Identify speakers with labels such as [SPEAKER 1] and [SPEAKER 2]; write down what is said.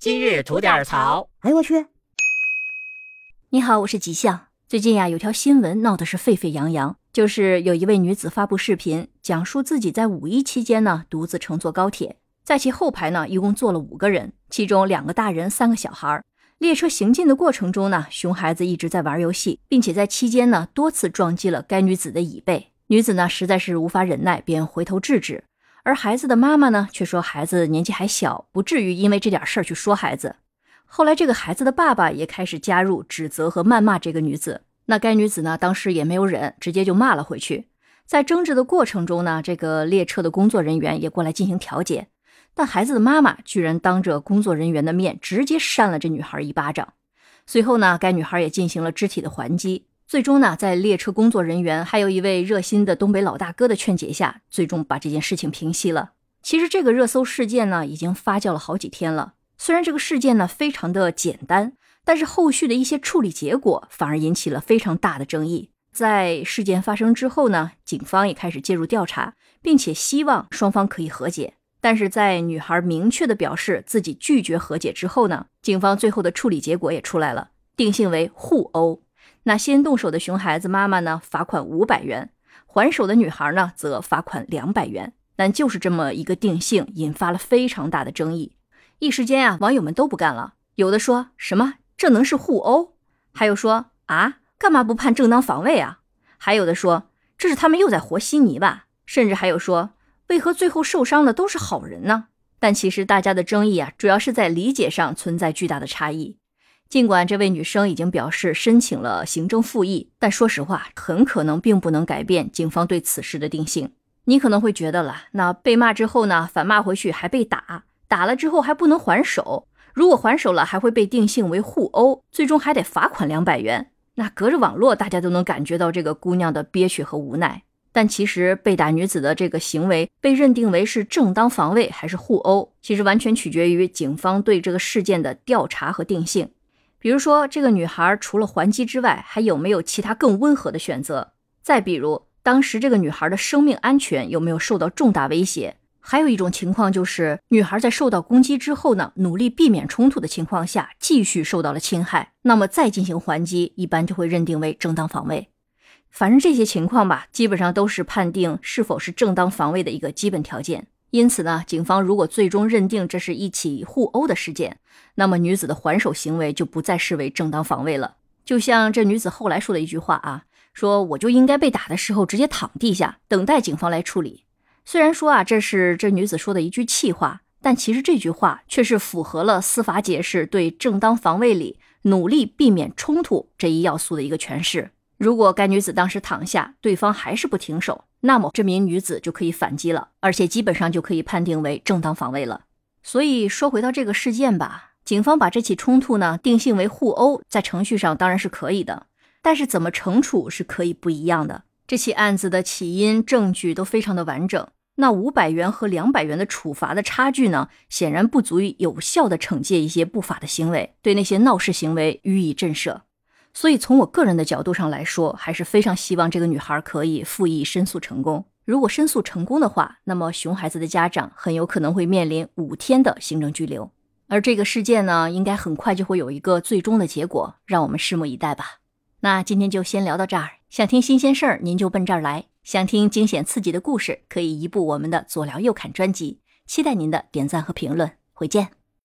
[SPEAKER 1] 今日吐点槽。
[SPEAKER 2] 哎呦我去！
[SPEAKER 3] 你好，我是吉祥。最近呀，有条新闻闹得是沸沸扬扬，就是有一位女子发布视频，讲述自己在五一期间呢，独自乘坐高铁，在其后排呢，一共坐了5个人，其中2个大人，3个小孩。列车行进的过程中呢，熊孩子一直在玩游戏，并且在期间呢，多次撞击了该女子的椅背。女子呢，实在是无法忍耐，便回头制止。而孩子的妈妈呢，却说孩子年纪还小，不至于因为这点事儿去说孩子。后来这个孩子的爸爸也开始加入指责和谩骂这个女子。那该女子呢，当时也没有忍，直接就骂了回去。在争执的过程中呢，这个列车的工作人员也过来进行调解。但孩子的妈妈居然当着工作人员的面直接扇了这女孩一巴掌。随后呢，该女孩也进行了肢体的还击。最终呢，在列车工作人员还有一位热心的东北老大哥的劝解下，最终把这件事情平息了。其实这个热搜事件呢，已经发酵了好几天了。虽然这个事件呢非常的简单，但是后续的一些处理结果反而引起了非常大的争议。在事件发生之后呢，警方也开始介入调查，并且希望双方可以和解。但是在女孩明确的表示自己拒绝和解之后呢，警方最后的处理结果也出来了，定性为互殴。那先动手的熊孩子妈妈呢，罚款500元，还手的女孩呢，则罚款200元。但就是这么一个定性，引发了非常大的争议。一时间啊，网友们都不干了，有的说什么这能是互殴，还有说啊，干嘛不判正当防卫啊？还有的说这是他们又在和稀泥吧？甚至还有说为何最后受伤的都是好人呢？但其实大家的争议啊，主要是在理解上存在巨大的差异。尽管这位女生已经表示申请了行政复议，但说实话，很可能并不能改变警方对此事的定性。你可能会觉得了，那被骂之后呢，反骂回去还被打，打了之后还不能还手，如果还手了还会被定性为互殴，最终还得罚款200元。那隔着网络大家都能感觉到这个姑娘的憋屈和无奈。但其实被打女子的这个行为被认定为是正当防卫还是互殴，其实完全取决于警方对这个事件的调查和定性。比如说这个女孩除了还击之外，还有没有其他更温和的选择？再比如当时这个女孩的生命安全有没有受到重大威胁？还有一种情况就是女孩在受到攻击之后呢，努力避免冲突的情况下继续受到了侵害，那么再进行还击，一般就会认定为正当防卫。反正这些情况吧，基本上都是判定是否是正当防卫的一个基本条件。因此呢，警方如果最终认定这是一起互殴的事件，那么女子的还手行为就不再视为正当防卫了。就像这女子后来说的一句话啊，说我就应该被打的时候直接躺地下，等待警方来处理。虽然说啊，这是这女子说的一句气话，但其实这句话却是符合了司法解释对正当防卫里努力避免冲突这一要素的一个诠释。如果该女子当时躺下，对方还是不停手，那么这名女子就可以反击了，而且基本上就可以判定为正当防卫了。所以说回到这个事件吧，警方把这起冲突呢定性为互殴，在程序上当然是可以的，但是怎么惩处是可以不一样的。这起案子的起因证据都非常的完整，那500元和200元的处罚的差距呢，显然不足以有效的惩戒一些不法的行为，对那些闹事行为予以震慑。所以从我个人的角度上来说，还是非常希望这个女孩可以复议申诉成功。如果申诉成功的话，那么熊孩子的家长很有可能会面临5天的行政拘留。而这个事件呢，应该很快就会有一个最终的结果，让我们拭目以待吧。那今天就先聊到这儿，想听新鲜事儿您就奔这儿来，想听惊险刺激的故事可以移步我们的左聊右侃专辑，期待您的点赞和评论，回见。